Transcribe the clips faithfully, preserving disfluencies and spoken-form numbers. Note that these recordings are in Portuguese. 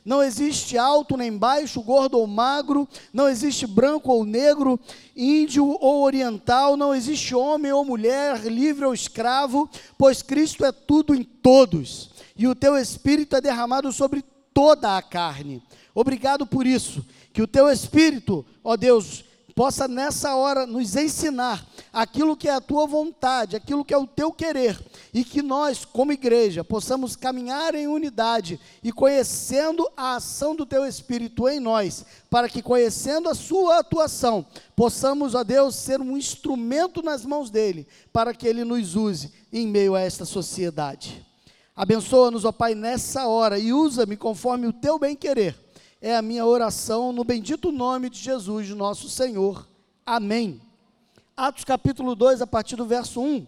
não existe alto nem baixo, gordo ou magro, não existe branco ou negro, índio ou oriental, não existe homem ou mulher, livre ou escravo, pois Cristo é tudo em todos, e o teu Espírito é derramado sobre toda a carne. Obrigado por isso, que o teu Espírito, ó Deus, possa nessa hora nos ensinar aquilo que é a tua vontade, aquilo que é o teu querer, e que nós, como igreja, possamos caminhar em unidade e conhecendo a ação do teu Espírito em nós, para que conhecendo a sua atuação, possamos, ó Deus, ser um instrumento nas mãos dele, para que ele nos use em meio a esta sociedade. Abençoa-nos, ó Pai, nessa hora, e usa-me conforme o teu bem-querer. É a minha oração no bendito nome de Jesus, nosso Senhor. Amém. Atos capítulo dois, a partir do verso um.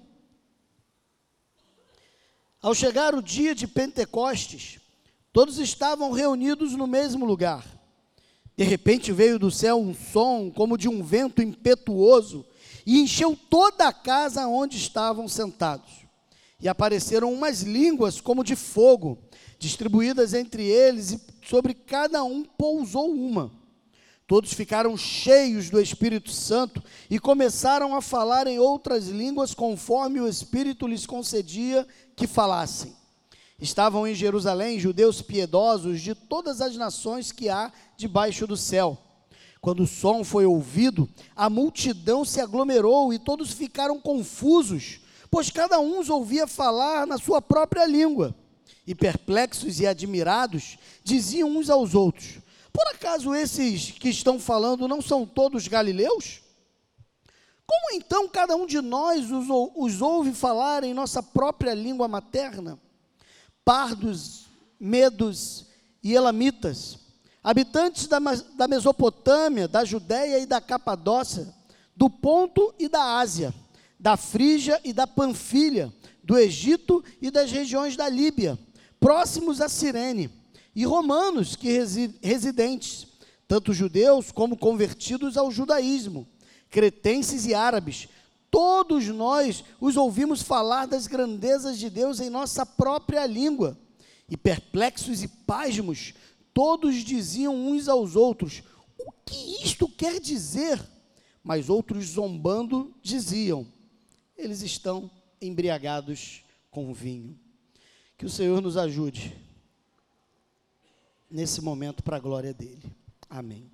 Ao chegar o dia de Pentecostes, todos estavam reunidos no mesmo lugar. De repente veio do céu um som como de um vento impetuoso e encheu toda a casa onde estavam sentados. E apareceram umas línguas como de fogo, distribuídas entre eles, e sobre cada um pousou uma. Todos ficaram cheios do Espírito Santo e começaram a falar em outras línguas, conforme o Espírito lhes concedia que falassem. Estavam em Jerusalém judeus piedosos de todas as nações que há debaixo do céu. Quando o som foi ouvido, a multidão se aglomerou e todos ficaram confusos, pois cada um os ouvia falar na sua própria língua. E perplexos e admirados, diziam uns aos outros: por acaso esses que estão falando não são todos galileus? Como então cada um de nós os, os ouve falar em nossa própria língua materna? Pardos, medos e elamitas, habitantes da, da Mesopotâmia, da Judéia e da Capadócia, do Ponto e da Ásia, da Frígia e da Panfilha, do Egito e das regiões da Líbia, próximos a Cirene, e romanos que resi residentes, tanto judeus como convertidos ao judaísmo, cretenses e árabes, todos nós os ouvimos falar das grandezas de Deus em nossa própria língua, e perplexos e pasmos, todos diziam uns aos outros: o que isto quer dizer? Mas outros, zombando, diziam: eles estão embriagados com vinho. Que o Senhor nos ajude nesse momento para a glória dele. Amém.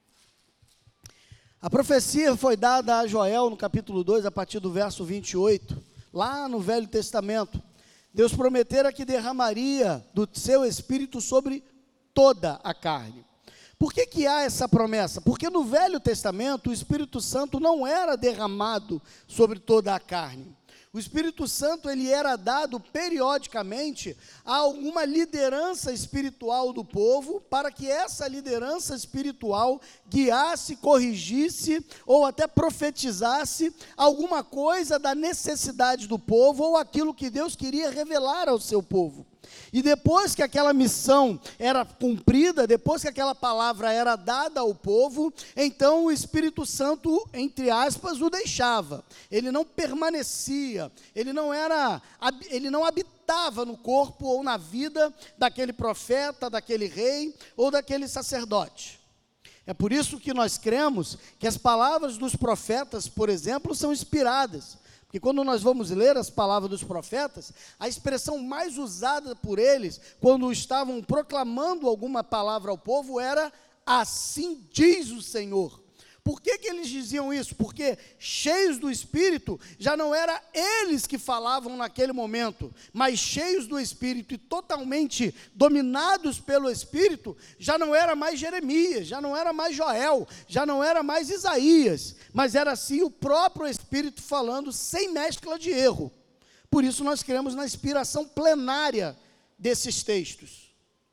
A profecia foi dada a Joel no capítulo dois, a partir do verso vinte e oito, lá no Velho Testamento. Deus prometera que derramaria do seu Espírito sobre toda a carne. Por que que há essa promessa? Porque no Velho Testamento o Espírito Santo não era derramado sobre toda a carne. O Espírito Santo, ele era dado periodicamente a alguma liderança espiritual do povo, para que essa liderança espiritual guiasse, corrigisse ou até profetizasse alguma coisa da necessidade do povo ou aquilo que Deus queria revelar ao seu povo. E depois que aquela missão era cumprida, depois que aquela palavra era dada ao povo, então o Espírito Santo, entre aspas, o deixava. Ele não permanecia, ele não era, ele não habitava no corpo ou na vida daquele profeta, daquele rei ou daquele sacerdote. É por isso que nós cremos que as palavras dos profetas, por exemplo, são inspiradas. Porque quando nós vamos ler as palavras dos profetas, a expressão mais usada por eles, quando estavam proclamando alguma palavra ao povo, era: assim diz o Senhor. Por que que eles diziam isso? Porque cheios do Espírito, já não era eles que falavam naquele momento, mas cheios do Espírito e totalmente dominados pelo Espírito, já não era mais Jeremias, já não era mais Joel, já não era mais Isaías, mas era sim o próprio Espírito falando, sem mescla de erro. Por isso nós cremos na inspiração plenária desses textos.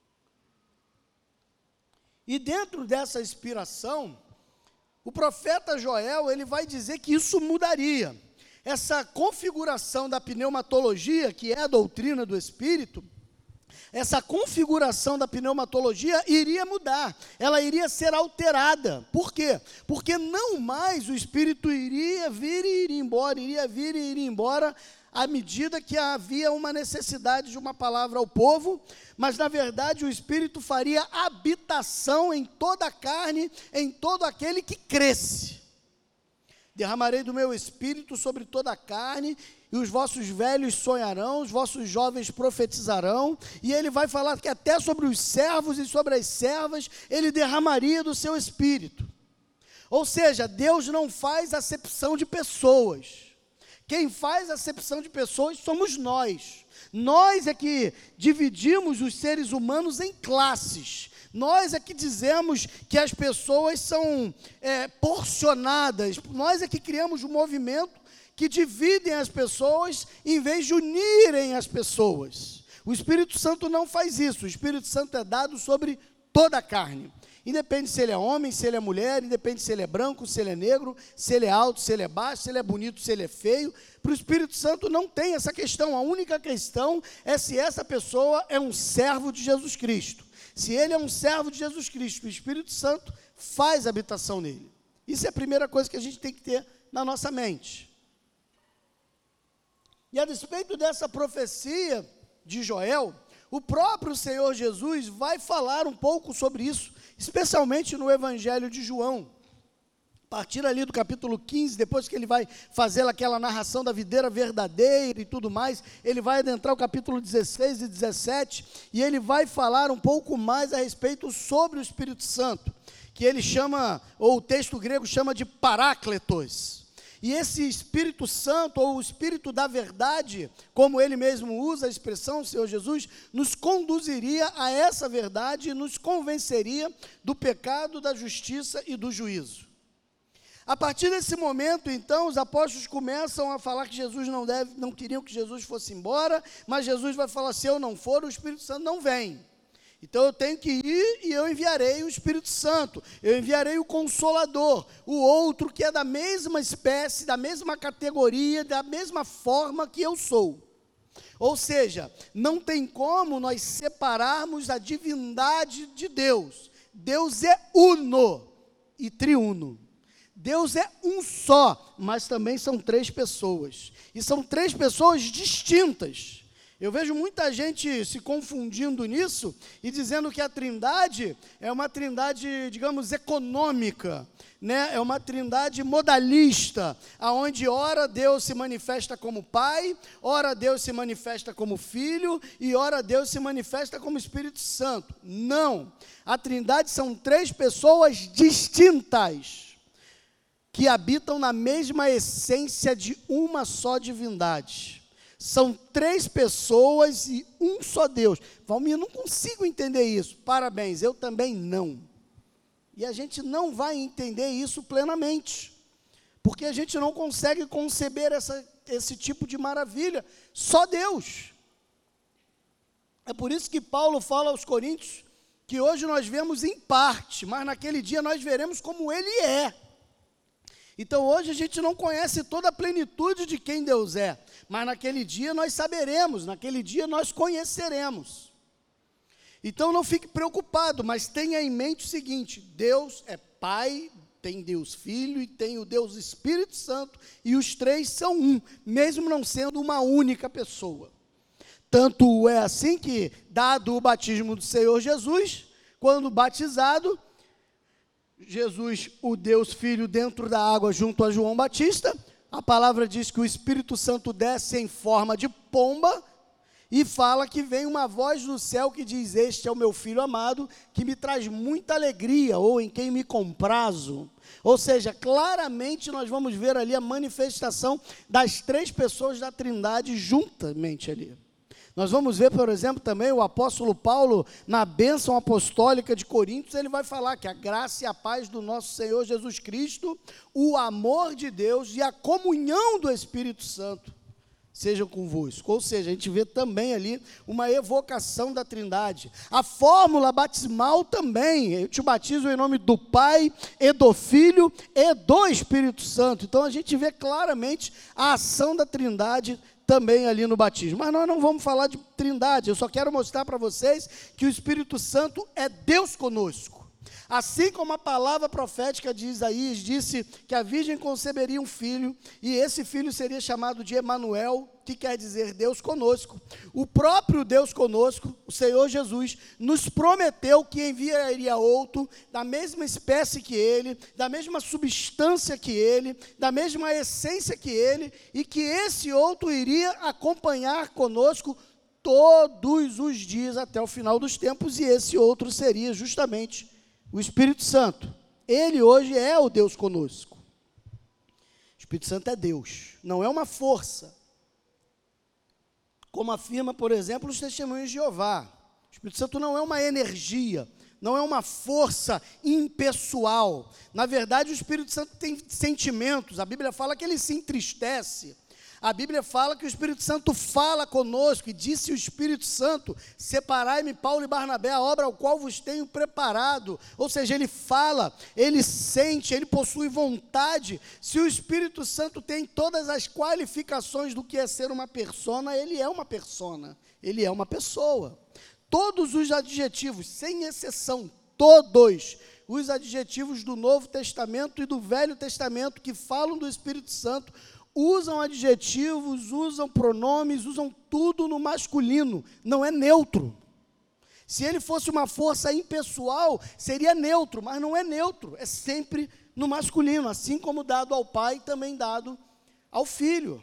E dentro dessa inspiração, o profeta Joel, ele vai dizer que isso mudaria. Essa configuração da pneumatologia, que é a doutrina do Espírito, essa configuração da pneumatologia iria mudar, ela iria ser alterada. Por quê? Porque não mais o Espírito iria vir e ir embora, iria vir e ir embora à medida que havia uma necessidade de uma palavra ao povo, mas na verdade o Espírito faria habitação em toda a carne, em todo aquele que cresce. Derramarei do meu Espírito sobre toda a carne, e os vossos velhos sonharão, os vossos jovens profetizarão, e ele vai falar que até sobre os servos e sobre as servas, ele derramaria do seu Espírito. Ou seja, Deus não faz acepção de pessoas. Quem faz acepção de pessoas somos nós. Nós é que dividimos os seres humanos em classes. Nós é que dizemos que as pessoas são é, porcionadas. Nós é que criamos um movimento que dividem as pessoas em vez de unirem as pessoas. O Espírito Santo não faz isso. O Espírito Santo é dado sobre toda a carne. Independe se ele é homem, se ele é mulher, independe se ele é branco, se ele é negro, se ele é alto, se ele é baixo, se ele é bonito, se ele é feio. Para o Espírito Santo não tem essa questão. A única questão é se essa pessoa é um servo de Jesus Cristo. Se ele é um servo de Jesus Cristo, o Espírito Santo faz habitação nele. Isso é a primeira coisa que a gente tem que ter na nossa mente. E a despeito dessa profecia de Joel, o próprio Senhor Jesus vai falar um pouco sobre isso, especialmente no Evangelho de João. A partir ali do capítulo quinze, depois que ele vai fazer aquela narração da videira verdadeira e tudo mais, ele vai adentrar o capítulo dezesseis e dezessete, e ele vai falar um pouco mais a respeito sobre o Espírito Santo, que ele chama, ou o texto grego chama de Parácletos. E esse Espírito Santo, ou o Espírito da verdade, como ele mesmo usa a expressão, o Senhor Jesus, nos conduziria a essa verdade e nos convenceria do pecado, da justiça e do juízo. A partir desse momento, então, os apóstolos começam a falar que Jesus não deve, não queriam que Jesus fosse embora, mas Jesus vai falar, se eu não for, o Espírito Santo não vem. Então eu tenho que ir e eu enviarei o Espírito Santo, eu enviarei o Consolador, o outro que é da mesma espécie, da mesma categoria, da mesma forma que eu sou. Ou seja, não tem como nós separarmos a divindade de Deus. Deus é uno e triuno. Deus é um só, mas também são três pessoas. E são três pessoas distintas. Eu vejo muita gente se confundindo nisso e dizendo que a trindade é uma trindade, digamos, econômica, né? É uma trindade modalista, aonde ora Deus se manifesta como Pai, ora Deus se manifesta como Filho e ora Deus se manifesta como Espírito Santo. Não, a trindade são três pessoas distintas, que habitam na mesma essência de uma só divindade. São três pessoas e um só Deus. Valmir, eu não consigo entender isso. Parabéns, eu também não. E a gente não vai entender isso plenamente, porque a gente não consegue conceber essa, esse tipo de maravilha. Só Deus. É por isso que Paulo fala aos Coríntios que hoje nós vemos em parte, mas naquele dia nós veremos como Ele é. Então hoje a gente não conhece toda a plenitude de quem Deus é, mas naquele dia nós saberemos, naquele dia nós conheceremos. Então não fique preocupado, mas tenha em mente o seguinte, Deus é Pai, tem Deus Filho e tem o Deus Espírito Santo, e os três são um, mesmo não sendo uma única pessoa. Tanto é assim que, dado o batismo do Senhor Jesus, quando batizado, Jesus, o Deus Filho, dentro da água junto a João Batista, a palavra diz que o Espírito Santo desce em forma de pomba e fala que vem uma voz do céu que diz, este é o meu Filho amado, que me traz muita alegria, ou em quem me comprazo. Ou seja, claramente nós vamos ver ali a manifestação das três pessoas da Trindade juntamente ali. Nós vamos ver, por exemplo, também o apóstolo Paulo, na bênção apostólica de Coríntios, ele vai falar que a graça e a paz do nosso Senhor Jesus Cristo, o amor de Deus e a comunhão do Espírito Santo sejam convosco. Ou seja, a gente vê também ali uma evocação da Trindade. A fórmula batismal também, eu te batizo em nome do Pai, e do Filho, e do Espírito Santo. Então a gente vê claramente a ação da Trindade também ali no batismo. Mas nós não vamos falar de trindade, eu só quero mostrar para vocês que o Espírito Santo é Deus conosco. Assim como a palavra profética de Isaías disse que a virgem conceberia um filho, e esse filho seria chamado de Emanuel, que quer dizer Deus conosco. O próprio Deus conosco, o Senhor Jesus, nos prometeu que enviaria outro, da mesma espécie que ele, da mesma substância que ele, da mesma essência que ele, e que esse outro iria acompanhar conosco todos os dias até o final dos tempos, e esse outro seria justamente o Espírito Santo. Ele hoje é o Deus conosco. O Espírito Santo é Deus, não é uma força, como afirma, por exemplo, os testemunhos de Jeová. O Espírito Santo não é uma energia, não é uma força impessoal. Na verdade, o Espírito Santo tem sentimentos. A Bíblia fala que ele se entristece. A Bíblia fala que o Espírito Santo fala conosco, e disse o Espírito Santo: separai-me, Paulo e Barnabé, a obra ao qual vos tenho preparado. Ou seja, ele fala, ele sente, ele possui vontade. Se o Espírito Santo tem todas as qualificações do que é ser uma persona, ele é uma persona, ele é uma pessoa. Todos os adjetivos, sem exceção, todos os adjetivos do Novo Testamento e do Velho Testamento que falam do Espírito Santo, usam adjetivos, usam pronomes, usam tudo no masculino, não é neutro. Se ele fosse uma força impessoal, seria neutro, mas não é neutro, é sempre no masculino, assim como dado ao Pai, também dado ao Filho.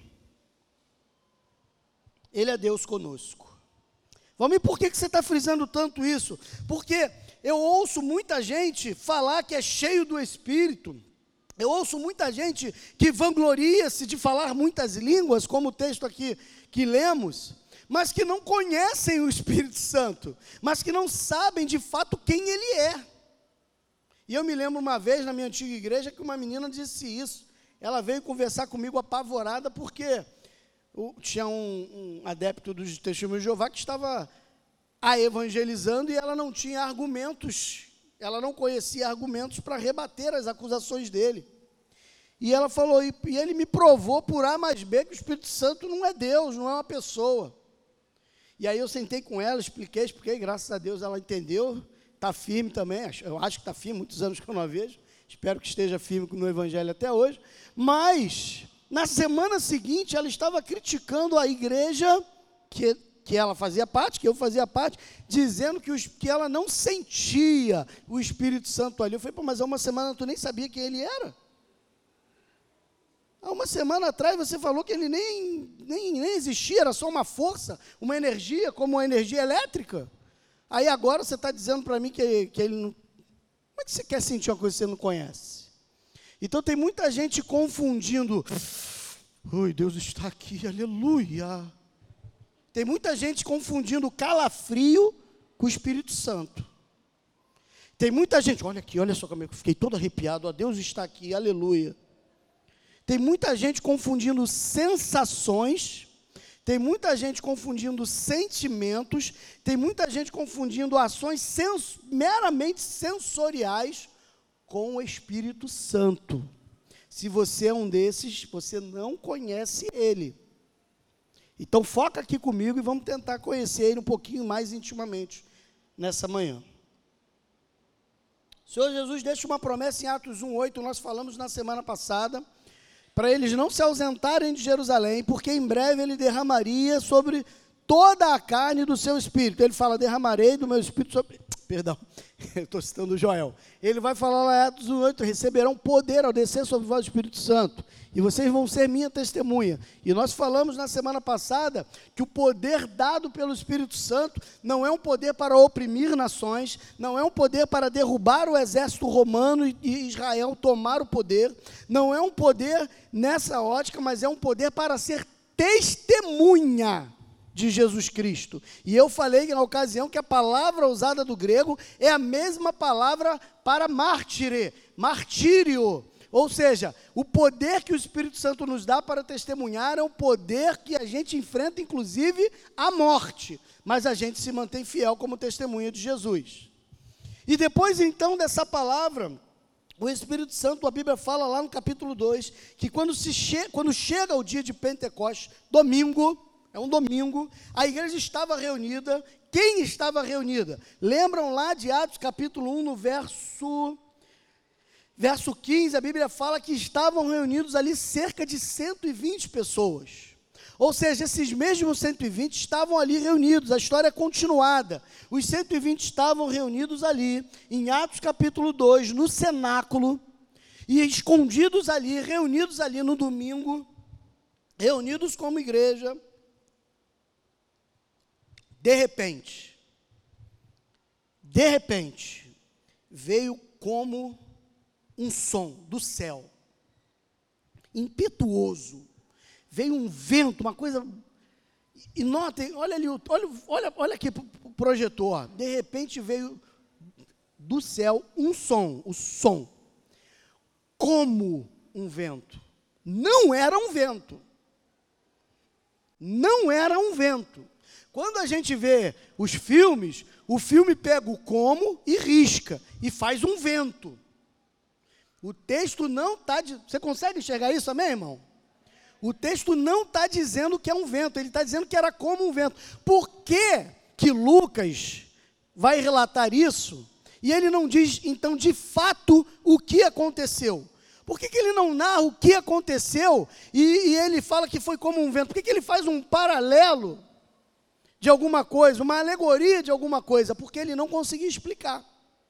Ele é Deus conosco. Vamos, e por que que você está frisando tanto isso? Porque eu ouço muita gente falar que é cheio do Espírito. Eu ouço muita gente que vangloria-se de falar muitas línguas, como o texto aqui que lemos, mas que não conhecem o Espírito Santo, mas que não sabem de fato quem ele é. E eu me lembro uma vez na minha antiga igreja que uma menina disse isso. Ela veio conversar comigo apavorada porque tinha um, um adepto dos Testemunhos de Jeová que estava a evangelizando e ela não tinha argumentos. Ela não conhecia argumentos para rebater as acusações dele. E ela falou, e, e ele me provou por A mais B que o Espírito Santo não é Deus, não é uma pessoa. E aí eu sentei com ela, expliquei, expliquei, graças a Deus ela entendeu, está firme também, eu acho que está firme, muitos anos que eu não a vejo, espero que esteja firme no Evangelho até hoje, mas na semana seguinte ela estava criticando a igreja que... que ela fazia parte, que eu fazia parte, dizendo que, os, que ela não sentia o Espírito Santo ali. Eu falei, pô, mas há uma semana tu nem sabia quem ele era? Há uma semana atrás você falou que ele nem, nem, nem existia, era só uma força, uma energia, como uma energia elétrica. Aí agora você está dizendo para mim que, que ele não... Como é que você quer sentir uma coisa que você não conhece? Então tem muita gente confundindo. Oi, Deus está aqui, aleluia. Tem muita gente confundindo calafrio com o Espírito Santo. Tem muita gente, olha aqui, olha só como eu fiquei todo arrepiado, ó, Deus está aqui, aleluia. Tem muita gente confundindo sensações, tem muita gente confundindo sentimentos, tem muita gente confundindo ações sens- meramente sensoriais com o Espírito Santo. Se você é um desses, você não conhece ele. Então foca aqui comigo e vamos tentar conhecer ele um pouquinho mais intimamente nessa manhã. O Senhor Jesus deixa uma promessa em Atos um, oito, nós falamos na semana passada, para eles não se ausentarem de Jerusalém, porque em breve ele derramaria sobre toda a carne do seu espírito. Ele fala, derramarei do meu espírito sobre... Perdão, eu estou citando o Joel. Ele vai falar lá em Atos um, oito, receberão poder ao descer sobre vós o Espírito Santo, e vocês vão ser minha testemunha. E nós falamos na semana passada que o poder dado pelo Espírito Santo não é um poder para oprimir nações, não é um poder para derrubar o exército romano e Israel tomar o poder, não é um poder nessa ótica, mas é um poder para ser testemunha de Jesus Cristo. E eu falei na ocasião que a palavra usada do grego é a mesma palavra para mártire, martírio. Ou seja, o poder que o Espírito Santo nos dá para testemunhar é um poder que a gente enfrenta, inclusive, a morte. Mas a gente se mantém fiel como testemunha de Jesus. E depois, então, dessa palavra, o Espírito Santo, a Bíblia fala lá no capítulo dois, que quando, se che- quando chega o dia de Pentecostes, domingo, é um domingo, a igreja estava reunida, quem estava reunida? Lembram lá de Atos capítulo um, no verso, verso quinze, a Bíblia fala que estavam reunidos ali cerca de cento e vinte pessoas. Ou seja, esses mesmos cento e vinte estavam ali reunidos, a história é continuada. Os cento e vinte estavam reunidos ali, em Atos capítulo dois, no cenáculo, e escondidos ali, reunidos ali no domingo, reunidos como igreja. De repente, de repente, veio como um som do céu, impetuoso. Veio um vento, uma coisa, e notem, olha ali, olha, olha, olha aqui o projetor, de repente veio do céu um som, o som, como um vento, não era um vento, não era um vento. Quando a gente vê os filmes, o filme pega o como e risca, e faz um vento. O texto não está, você consegue enxergar isso, amém, irmão? O texto não está dizendo que é um vento, ele está dizendo que era como um vento. Por que que Lucas vai relatar isso? E ele não diz, então, de fato, o que aconteceu? Por que que ele não narra o que aconteceu e, e ele fala que foi como um vento? Por que que ele faz um paralelo de alguma coisa, uma alegoria de alguma coisa? Porque ele não conseguia explicar.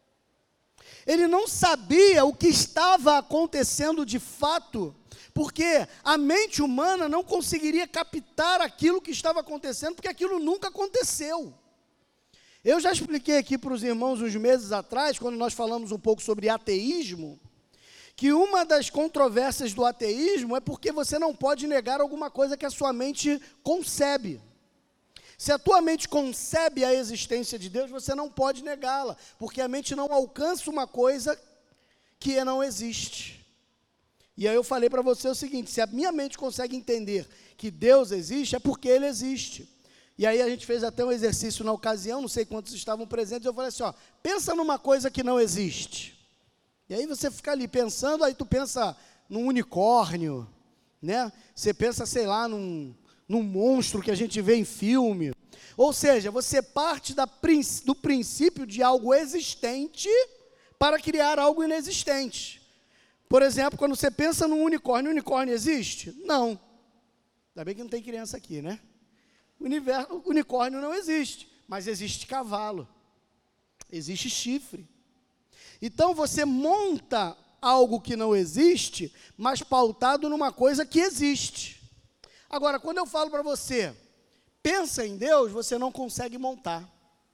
Ele não sabia o que estava acontecendo de fato, porque a mente humana não conseguiria captar aquilo que estava acontecendo, porque aquilo nunca aconteceu. Eu já expliquei aqui para os irmãos uns meses atrás, quando nós falamos um pouco sobre ateísmo, que uma das controvérsias do ateísmo é porque você não pode negar alguma coisa que a sua mente concebe. Se a tua mente concebe a existência de Deus, você não pode negá-la, porque a mente não alcança uma coisa que não existe. E aí eu falei para você o seguinte, se a minha mente consegue entender que Deus existe, é porque Ele existe. E aí a gente fez até um exercício na ocasião, não sei quantos estavam presentes, eu falei assim, ó, pensa numa coisa que não existe. E aí você fica ali pensando, aí tu pensa num unicórnio, né? Você pensa, sei lá, num, num monstro que a gente vê em filme. Ou seja, você parte da, do princípio de algo existente para criar algo inexistente. Por exemplo, quando você pensa num unicórnio, o unicórnio existe? Não. Ainda bem que não tem criança aqui, né? O, universo, o unicórnio não existe, mas existe cavalo, existe chifre. Então você monta algo que não existe, mas pautado numa coisa que existe. Agora, quando eu falo para você, pensa em Deus, você não consegue montar,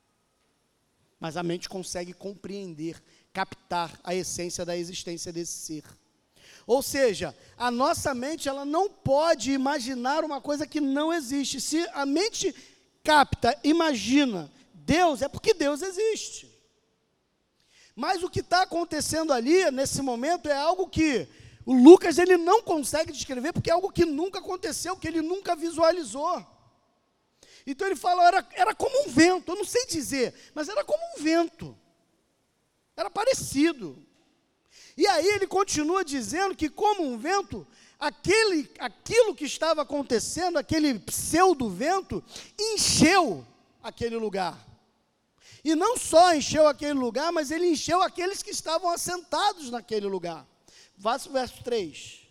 mas a mente consegue compreender, captar a essência da existência desse ser. Ou seja, a nossa mente, ela não pode imaginar uma coisa que não existe. Se a mente capta, imagina Deus, é porque Deus existe. Mas o que está acontecendo ali, nesse momento, é algo que o Lucas ele não consegue descrever, porque é algo que nunca aconteceu, que ele nunca visualizou. Então ele fala, era, era como um vento, eu não sei dizer, mas era como um vento. Era parecido. E aí ele continua dizendo que como um vento, aquele, aquilo que estava acontecendo, aquele pseudo-vento, encheu aquele lugar. E não só encheu aquele lugar, mas ele encheu aqueles que estavam assentados naquele lugar. Verso, verso três.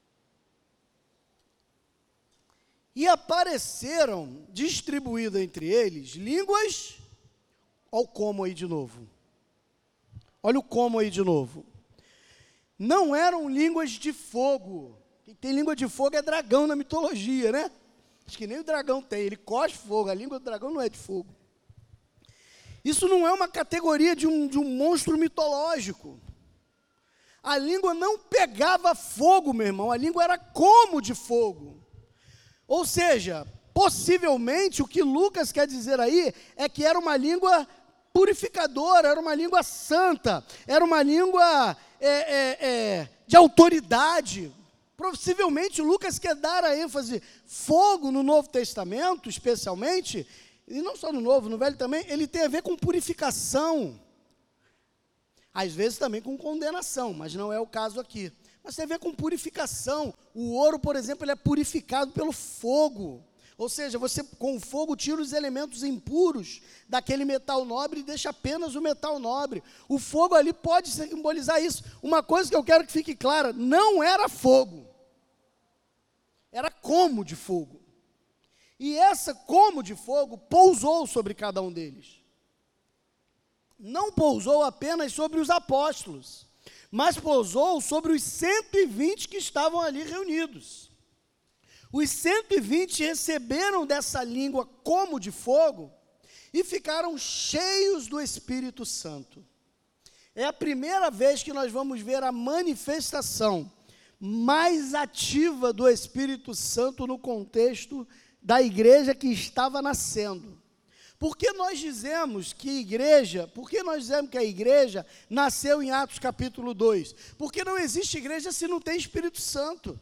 E apareceram, distribuídas entre eles, línguas, olha o como aí de novo. Olha o como aí de novo. Não eram línguas de fogo. Quem tem língua de fogo é dragão na mitologia, né? Acho que nem o dragão tem, ele cospe fogo, a língua do dragão não é de fogo. Isso não é uma categoria de um, de um monstro mitológico. A língua não pegava fogo, meu irmão, a língua era como de fogo. Ou seja, possivelmente o que Lucas quer dizer aí é que era uma língua purificadora, era uma língua santa, era uma língua é, é, é, de autoridade. Possivelmente Lucas quer dar a ênfase fogo no Novo Testamento, especialmente, e não só no Novo, no Velho também, ele tem a ver com purificação. Às vezes também com condenação, mas não é o caso aqui. Mas tem a ver com purificação. O ouro, por exemplo, ele é purificado pelo fogo. Ou seja, você com o fogo tira os elementos impuros daquele metal nobre e deixa apenas o metal nobre. O fogo ali pode simbolizar isso. Uma coisa que eu quero que fique clara, não era fogo. Era como de fogo. E essa como de fogo pousou sobre cada um deles. Não pousou apenas sobre os apóstolos, mas pousou sobre os cento e vinte que estavam ali reunidos. Os cento e vinte receberam dessa língua como de fogo e ficaram cheios do Espírito Santo. É a primeira vez que nós vamos ver a manifestação mais ativa do Espírito Santo no contexto da igreja que estava nascendo. Por que nós dizemos que igreja, por que nós dizemos que a igreja nasceu em Atos capítulo dois? Porque não existe igreja se não tem Espírito Santo.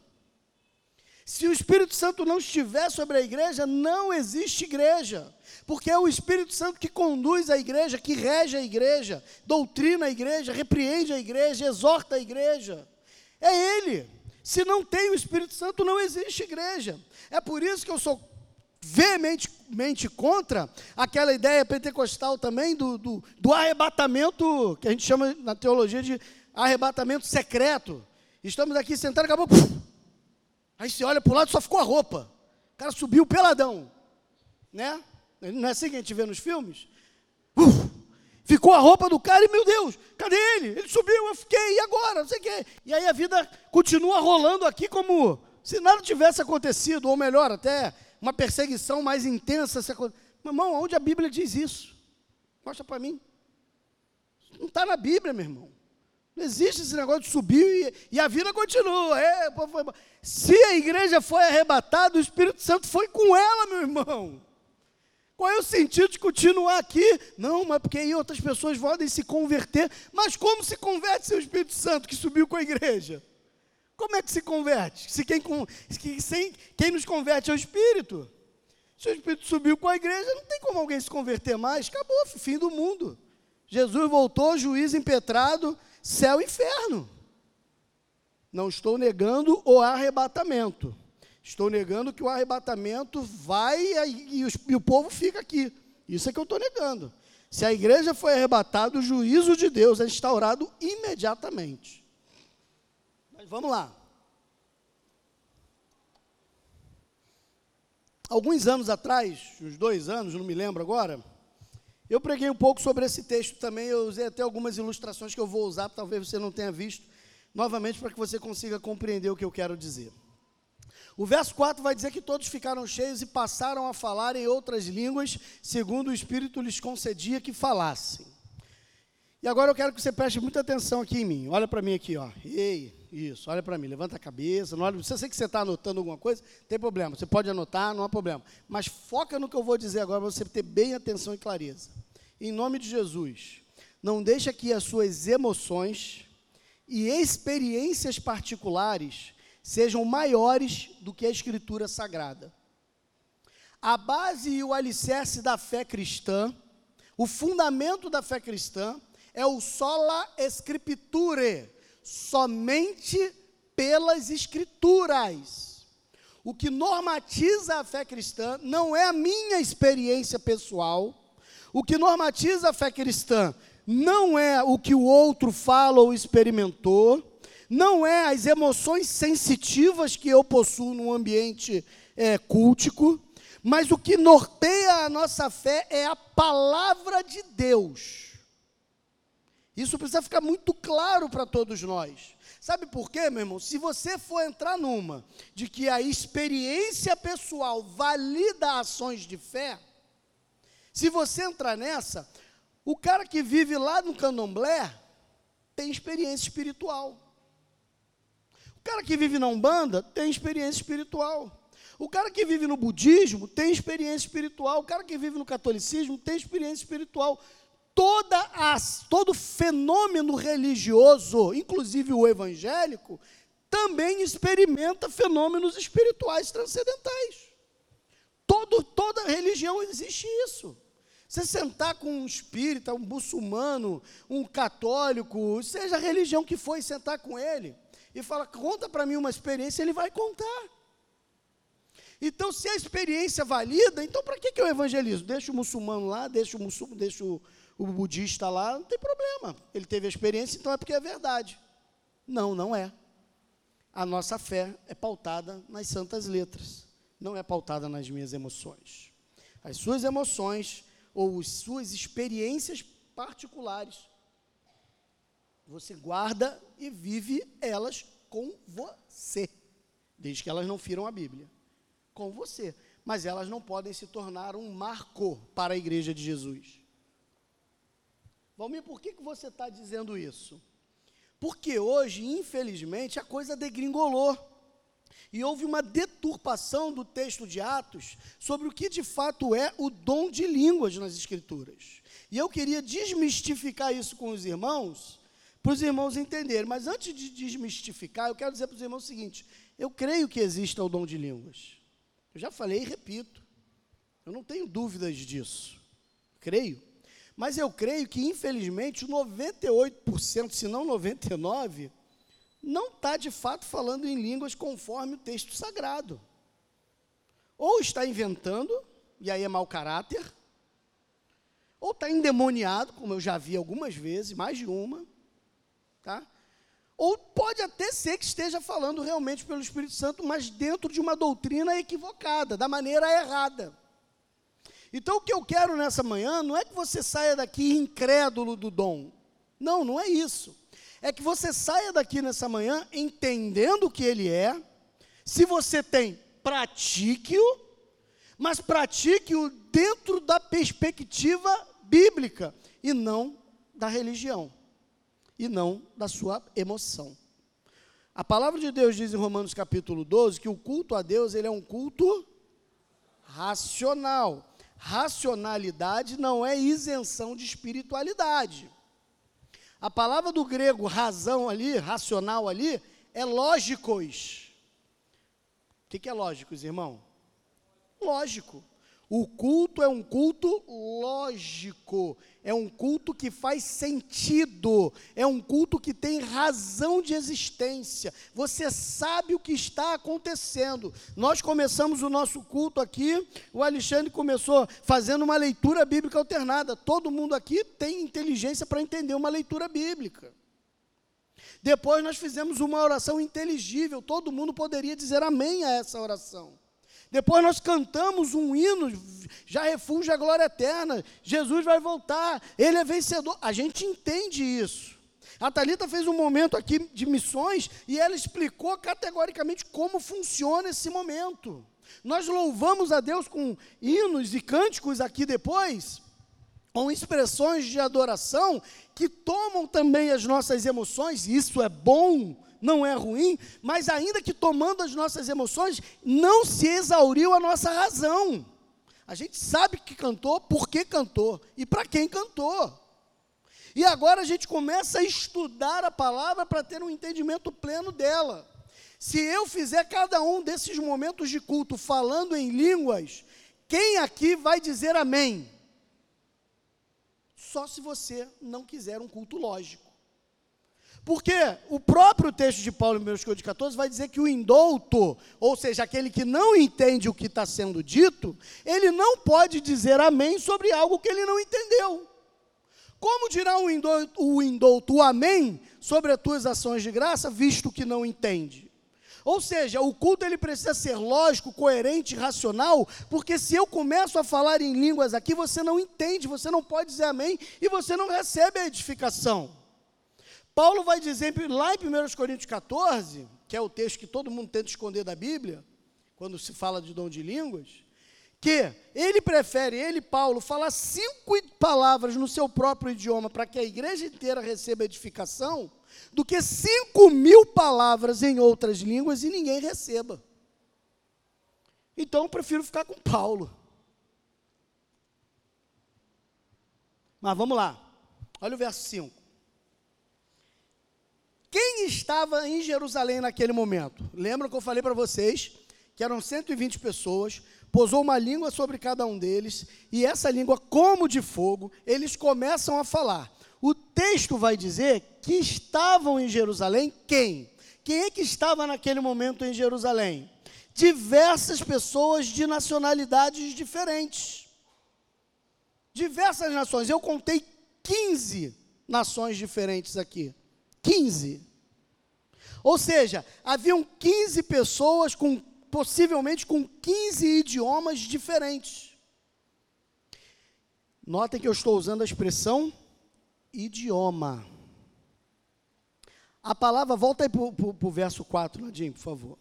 Se o Espírito Santo não estiver sobre a igreja, não existe igreja, porque é o Espírito Santo que conduz a igreja, que rege a igreja, doutrina a igreja, repreende a igreja, exorta a igreja, é Ele. Se não tem o Espírito Santo, não existe igreja. É por isso que eu sou veementemente contra aquela ideia pentecostal também do, do, do arrebatamento, que a gente chama na teologia de arrebatamento secreto. Estamos aqui sentados, acabou... Puf, aí você olha para o lado e só ficou a roupa. O cara subiu peladão. Né? Não é assim que a gente vê nos filmes? Uf, ficou a roupa do cara e, meu Deus, cadê ele? Ele subiu, eu fiquei, e agora? Não sei o quê. E aí a vida continua rolando aqui como se nada tivesse acontecido, ou melhor, até uma perseguição mais intensa. Meu irmão, onde a Bíblia diz isso? Mostra para mim. Não está na Bíblia, meu irmão. Não existe esse negócio de subir e, e a vida continua. É, se a igreja foi arrebatada, o Espírito Santo foi com ela, meu irmão. Qual é o sentido de continuar aqui? Não, mas porque aí outras pessoas podem se converter. Mas como se converte se o Espírito Santo que subiu com a igreja? Como é que se converte? Se quem, que, sem, quem nos converte é o Espírito. Se o Espírito subiu com a igreja, não tem como alguém se converter mais. Acabou, fim do mundo. Jesus voltou, juiz impetrado, céu e inferno. Não estou negando o arrebatamento. Estou negando que o arrebatamento vai e, e, e o povo fica aqui. Isso é que eu estou negando. Se a igreja foi arrebatada, o juízo de Deus é instaurado imediatamente. Mas vamos lá. Alguns anos atrás, uns dois anos, não me lembro agora, eu preguei um pouco sobre esse texto também. Eu usei até algumas ilustrações que eu vou usar, talvez você não tenha visto, novamente para que você consiga compreender o que eu quero dizer. O verso quatro vai dizer que todos ficaram cheios e passaram a falar em outras línguas, segundo o Espírito lhes concedia que falassem. E agora eu quero que você preste muita atenção aqui em mim. Olha para mim aqui, ó. Ei, isso, olha para mim, levanta a cabeça. Não olha, se eu sei que você está anotando alguma coisa, não tem problema, você pode anotar, não há problema. Mas foca no que eu vou dizer agora, para você ter bem atenção e clareza. Em nome de Jesus, não deixa que as suas emoções e experiências particulares sejam maiores do que a Escritura Sagrada. A base e o alicerce da fé cristã, o fundamento da fé cristã, é o sola scripture, somente pelas Escrituras. O que normatiza a fé cristã não é a minha experiência pessoal, o que normatiza a fé cristã não é o que o outro fala ou experimentou, não é as emoções sensitivas que eu possuo num ambiente é, cultico, mas o que norteia a nossa fé é a palavra de Deus. Isso precisa ficar muito claro para todos nós. Sabe por quê, meu irmão? Se você for entrar numa de que a experiência pessoal valida ações de fé, se você entrar nessa, o cara que vive lá no candomblé tem experiência espiritual. O cara que vive na Umbanda tem experiência espiritual. O cara que vive no budismo tem experiência espiritual. O cara que vive no catolicismo tem experiência espiritual. Toda as, todo fenômeno religioso, inclusive o evangélico, também experimenta fenômenos espirituais transcendentais. Todo, toda religião existe isso. Você sentar com um espírita, um muçulmano, um católico, seja a religião que for, e sentar com ele, e fala, conta para mim uma experiência, ele vai contar. Então, se a experiência valida, então para que, que eu evangelizo? Deixa o muçulmano lá, deixa, o, muçul, deixa o, o budista lá, não tem problema. Ele teve a experiência, então é porque é verdade. Não, não é. A nossa fé é pautada nas santas letras, não é pautada nas minhas emoções. As suas emoções ou as suas experiências particulares, você guarda e vive elas com você, desde que elas não firam a Bíblia, com você. Mas elas não podem se tornar um marco para a igreja de Jesus. Valmir, por que, que você está dizendo isso? Porque hoje, infelizmente, a coisa degringolou. E houve uma deturpação do texto de Atos sobre o que de fato é o dom de línguas nas Escrituras. E eu queria desmistificar isso com os irmãos, para os irmãos entenderem. Mas antes de desmistificar, eu quero dizer para os irmãos o seguinte: eu creio que exista o dom de línguas. Eu já falei e repito. Eu não tenho dúvidas disso. Creio. Mas eu creio que, infelizmente, noventa e oito por cento, se não noventa e nove por cento, não está, de fato, falando em línguas conforme o texto sagrado. Ou está inventando, e aí é mau caráter, ou está endemoniado, como eu já vi algumas vezes, mais de uma, tá? Ou pode até ser que esteja falando realmente pelo Espírito Santo, mas dentro de uma doutrina equivocada, da maneira errada. Então, o que eu quero nessa manhã não é que você saia daqui incrédulo do dom. Não, não é isso. É que você saia daqui nessa manhã entendendo o que ele é. Se você tem, pratique-o, mas pratique-o dentro da perspectiva bíblica e não da religião, e não da sua emoção. A palavra de Deus diz em Romanos capítulo doze que o culto a Deus, ele é um culto racional. Racionalidade não é isenção de espiritualidade. A palavra do grego razão ali, racional ali, é lógicos. O que, que é lógicos, irmão? Lógico. O culto é um culto lógico, é um culto que faz sentido, é um culto que tem razão de existência. Você sabe o que está acontecendo. Nós começamos o nosso culto aqui, o Alexandre começou fazendo uma leitura bíblica alternada. Todo mundo aqui tem inteligência para entender uma leitura bíblica. Depois nós fizemos uma oração inteligível, todo mundo poderia dizer amém a essa oração. Depois nós cantamos um hino, já refúgio a glória eterna, Jesus vai voltar, Ele é vencedor. A gente entende isso. A Thalita fez um momento aqui de missões e ela explicou categoricamente como funciona esse momento. Nós louvamos a Deus com hinos e cânticos aqui depois, com expressões de adoração que tomam também as nossas emoções, e isso é bom, não é ruim, mas ainda que tomando as nossas emoções, não se exauriu a nossa razão. A gente sabe que cantou, por que cantou e para quem cantou. E agora a gente começa a estudar a palavra para ter um entendimento pleno dela. Se eu fizer cada um desses momentos de culto falando em línguas, quem aqui vai dizer amém? Só se você não quiser um culto lógico. Porque o próprio texto de Paulo em primeira Coríntios catorze vai dizer que o indouto, ou seja, aquele que não entende o que está sendo dito, ele não pode dizer amém sobre algo que ele não entendeu. Como dirá o indouto, o indouto o amém sobre as tuas ações de graça, visto que não entende? Ou seja, o culto ele precisa ser lógico, coerente, racional, porque se eu começo a falar em línguas aqui, você não entende, você não pode dizer amém, e você não recebe a edificação. Paulo vai dizer lá em primeira Coríntios catorze, que é o texto que todo mundo tenta esconder da Bíblia, quando se fala de dom de línguas, que ele prefere, ele, Paulo, falar cinco palavras no seu próprio idioma para que a igreja inteira receba edificação, do que cinco mil palavras em outras línguas e ninguém receba. Então eu prefiro ficar com Paulo. Mas vamos lá, olha o verso cinco. Quem estava em Jerusalém naquele momento? Lembram que eu falei para vocês que eram cento e vinte pessoas, pousou uma língua sobre cada um deles, e essa língua, como de fogo, eles começam a falar. O texto vai dizer que estavam em Jerusalém quem? Quem é que estava naquele momento em Jerusalém? diversas pessoas de nacionalidades diferentes. Diversas nações. Eu contei quinze nações diferentes aqui. quinze. Ou seja, haviam quinze pessoas, com, possivelmente com quinze idiomas diferentes. Notem que eu estou usando a expressão idioma. A palavra, volta aí para o verso quatro, Nadinho, por favor.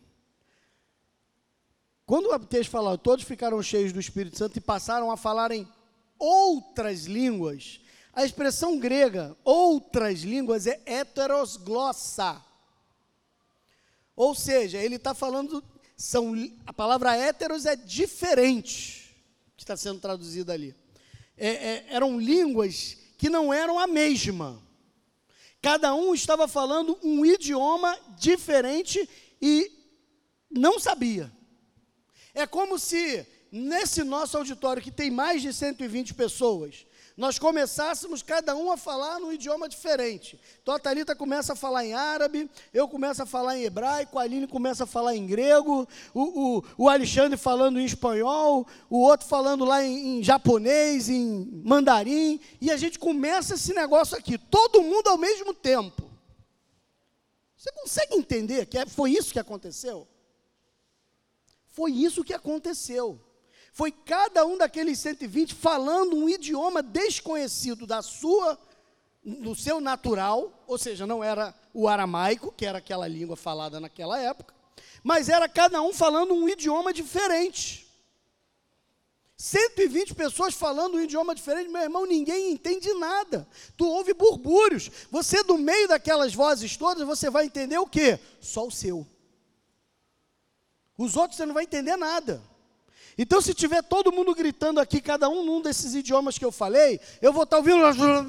Quando o texto fala, todos ficaram cheios do Espírito Santo e passaram a falar em outras línguas, a expressão grega, outras línguas, é heterosglossa. Ou seja, ele está falando, são, a palavra heteros é diferente, que está sendo traduzida ali. É, é, eram línguas que não eram a mesma. Cada um estava falando um idioma diferente e não sabia. É como se, nesse nosso auditório, que tem mais de cento e vinte pessoas, nós começássemos cada um a falar num idioma diferente. Então a Thalita começa a falar em árabe, eu começo a falar em hebraico, a Aline começa a falar em grego, o, o, o Alexandre falando em espanhol, o outro falando lá em, em japonês, em mandarim, e a gente começa esse negócio aqui, todo mundo ao mesmo tempo. Você consegue entender que foi isso que aconteceu? Foi isso que aconteceu. Foi cada um daqueles cento e vinte falando um idioma desconhecido da sua, do seu natural, ou seja, não era o aramaico, que era aquela língua falada naquela época, mas era cada um falando um idioma diferente. cento e vinte pessoas falando um idioma diferente, meu irmão, ninguém entende nada. Tu ouve burbúrios. Você, do meio daquelas vozes todas, você vai entender o quê? Só o seu. Os outros você não vai entender nada. Então, se tiver todo mundo gritando aqui, cada um num desses idiomas que eu falei, eu vou estar ouvindo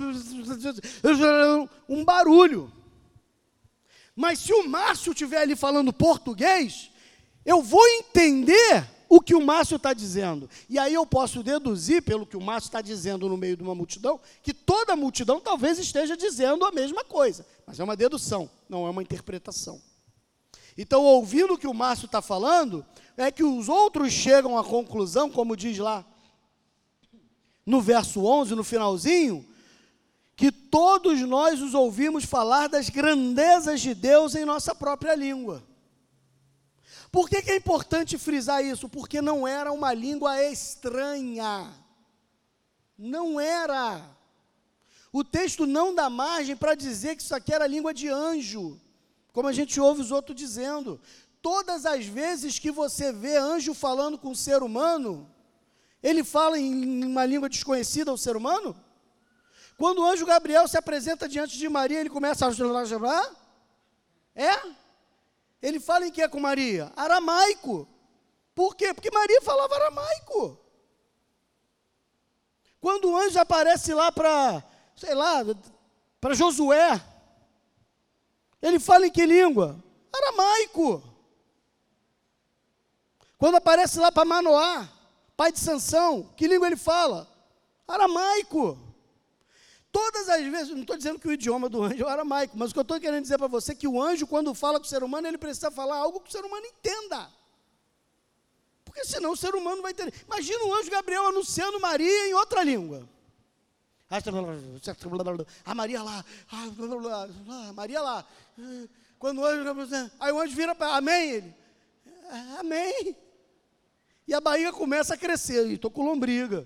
um barulho. Mas se o Márcio estiver ali falando português, eu vou entender o que o Márcio está dizendo. E aí eu posso deduzir, pelo que o Márcio está dizendo no meio de uma multidão, que toda a multidão talvez esteja dizendo a mesma coisa. Mas é uma dedução, não é uma interpretação. Então, ouvindo o que o Márcio está falando, é que os outros chegam à conclusão, como diz lá no verso onze, no finalzinho, que todos nós os ouvimos falar das grandezas de Deus em nossa própria língua. Por que que é importante frisar isso? Porque não era uma língua estranha. Não era. O texto não dá margem para dizer que isso aqui era língua de anjo, como a gente ouve os outros dizendo. Todas as vezes que você vê anjo falando com o ser humano, ele fala em uma língua desconhecida ao ser humano? Quando o anjo Gabriel se apresenta diante de Maria, ele começa a... É? Ele fala em que com Maria? Aramaico. Por quê? Porque Maria falava aramaico. Quando o anjo aparece lá para, sei lá, para Josué, ele fala em que língua? Aramaico. Quando aparece lá para Manoá, pai de Sansão, que língua ele fala? Aramaico. Todas as vezes, não estou dizendo que o idioma do anjo é aramaico, mas o que eu estou querendo dizer para você é que o anjo, quando fala com o ser humano, ele precisa falar algo que o ser humano entenda. Porque senão o ser humano não vai entender. Imagina o anjo Gabriel anunciando Maria em outra língua. A Maria lá, a Maria lá. Quando o anjo, aí o anjo vira para, amém? Ele, amém. E a barriga começa a crescer, e estou com lombriga.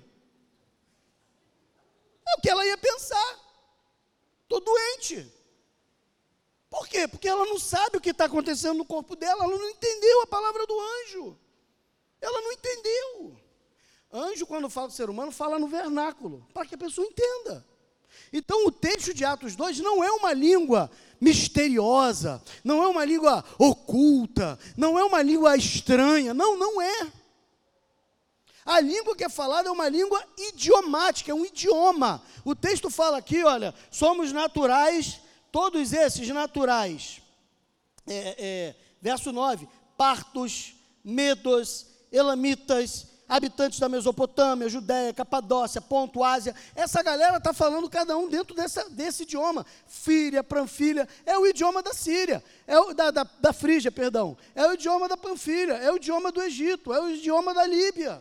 É o que ela ia pensar. Estou doente. Por quê? Porque ela não sabe o que está acontecendo no corpo dela, ela não entendeu a palavra do anjo. Ela não entendeu. Anjo, quando fala do ser humano, fala no vernáculo, para que a pessoa entenda. Então, o texto de Atos dois não é uma língua misteriosa, não é uma língua oculta, não é uma língua estranha, não, não é. A língua que é falada é uma língua idiomática, é um idioma. O texto fala aqui, olha, somos naturais, todos esses naturais. É, é, verso nove, partos, medos, elamitas, habitantes da Mesopotâmia, Judéia, Capadócia, Ponto, Ásia. Essa galera está falando cada um dentro dessa, desse idioma. Fíria, Panfilha, é o idioma da Síria, é o, da, da, da Frígia, perdão. É o idioma da Panfilha, é o idioma do Egito, é o idioma da Líbia.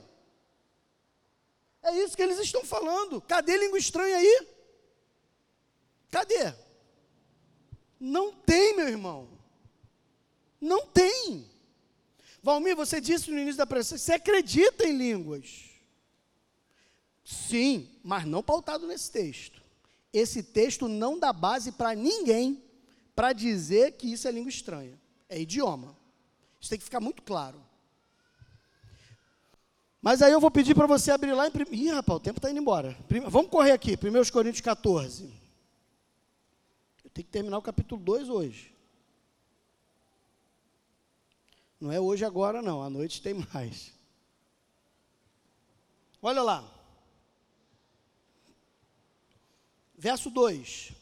É isso que eles estão falando. Cadê língua estranha aí? Cadê? Não tem, meu irmão. Não tem. Valmir, você disse no início da pregação, você acredita em línguas? Sim, mas não pautado nesse texto. Esse texto não dá base para ninguém para dizer que isso é língua estranha. É idioma. Isso tem que ficar muito claro. Mas aí eu vou pedir para você abrir lá em... Ih, rapaz, o tempo está indo embora. Vamos correr aqui, primeiro Coríntios catorze. Eu tenho que terminar o capítulo dois hoje. Não é hoje agora não, à noite tem mais. Olha lá. Verso dois.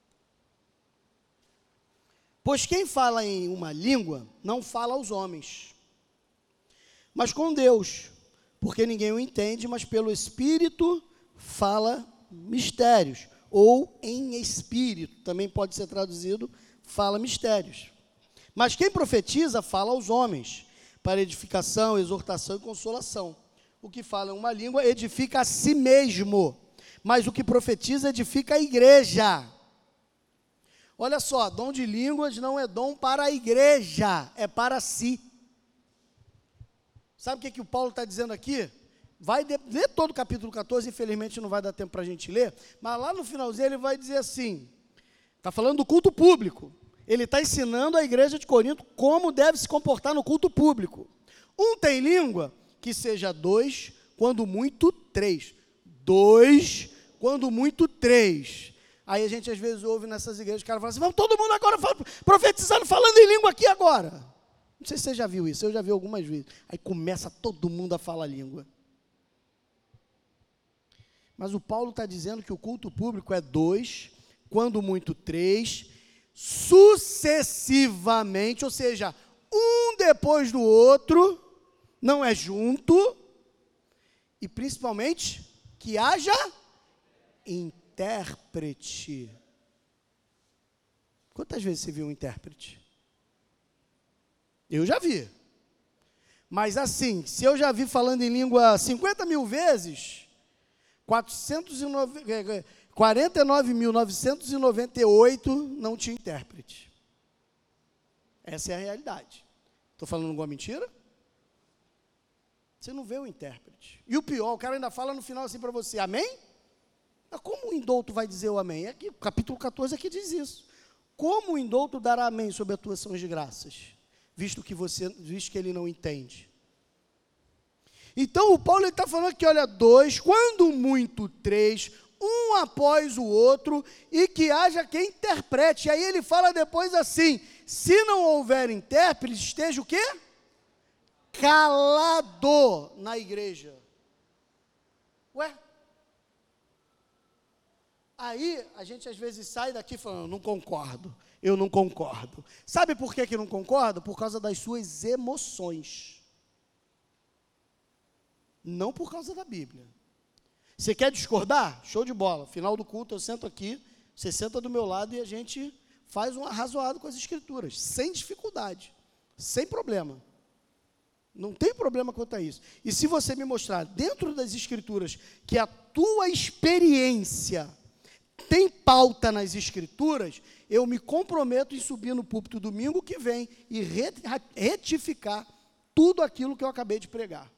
Pois quem fala em uma língua, não fala aos homens, mas com Deus, porque ninguém o entende, mas pelo Espírito fala mistérios, ou em espírito, também pode ser traduzido, fala mistérios. Mas quem profetiza, fala aos homens, para edificação, exortação e consolação. O que fala em uma língua, edifica a si mesmo, mas o que profetiza, edifica a igreja. Olha só, dom de línguas não é dom para a igreja, é para si. Sabe o que, que o Paulo está dizendo aqui? Vai de, ler todo o capítulo catorze, infelizmente não vai dar tempo para a gente ler, mas lá no finalzinho ele vai dizer assim, está falando do culto público. Ele está ensinando a igreja de Corinto como deve se comportar no culto público. Um tem língua, que seja dois, quando muito três. Dois, quando muito três. Aí a gente às vezes ouve nessas igrejas, o cara fala assim, vamos todo mundo agora profetizando, falando em língua aqui agora. Não sei se você já viu isso, eu já vi algumas vezes. Aí começa todo mundo a falar língua. Mas o Paulo está dizendo que o culto público é dois, quando muito três, sucessivamente, ou seja, um depois do outro, não é junto, e principalmente que haja intérprete. Quantas vezes você viu um intérprete? Eu já vi. Mas assim, se eu já vi falando em língua cinquenta mil vezes, quarenta e nove mil novecentos e noventa e oito não tinha intérprete. Essa é a realidade. Estou falando alguma mentira? Você não vê o intérprete. E o pior, o cara ainda fala no final assim para você, amém? Mas como o indouto vai dizer o amém? Aqui, capítulo catorze aqui diz isso. Como o indouto dará amém sobre a tua ação de graças, visto que, você, visto que ele não entende? Então o Paulo está falando aqui, olha, dois, quando muito três, um após o outro, e que haja quem interprete. E aí ele fala depois assim, se não houver intérprete, esteja o quê? Calado na igreja. Ué? Aí a gente às vezes sai daqui falando, não concordo, eu não concordo. Sabe por que que não concordo? Por causa das suas emoções. Não por causa da Bíblia. Você quer discordar? Show de bola. Final do culto, eu sento aqui, você senta do meu lado e a gente faz um arrazoado com as Escrituras, sem dificuldade, sem problema. Não tem problema quanto a isso. E se você me mostrar dentro das Escrituras que a tua experiência tem pauta nas Escrituras, eu me comprometo em subir no púlpito domingo que vem e retificar tudo aquilo que eu acabei de pregar.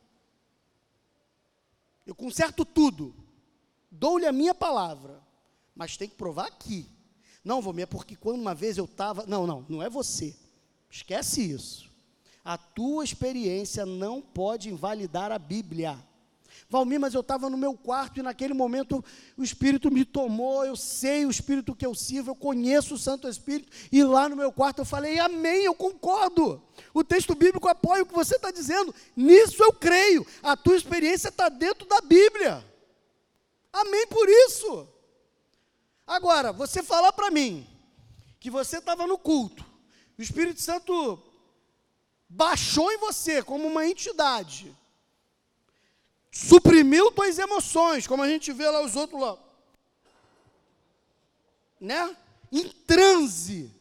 Eu conserto tudo, dou-lhe a minha palavra, mas tem que provar aqui. Não, Valmir, é porque quando uma vez eu estava... Não, não, não é você. Esquece isso. A tua experiência não pode invalidar a Bíblia. Valmir, mas eu estava no meu quarto e naquele momento o Espírito me tomou, eu sei o Espírito que eu sirvo, eu conheço o Santo Espírito, e lá no meu quarto eu falei, amém, eu concordo. O texto bíblico apoia o que você está dizendo, nisso eu creio. A tua experiência está dentro da Bíblia. Amém por isso. Agora, você falar para mim que você estava no culto, o Espírito Santo baixou em você como uma entidade, suprimiu tuas emoções, como a gente vê lá os outros lá, né? Em transe.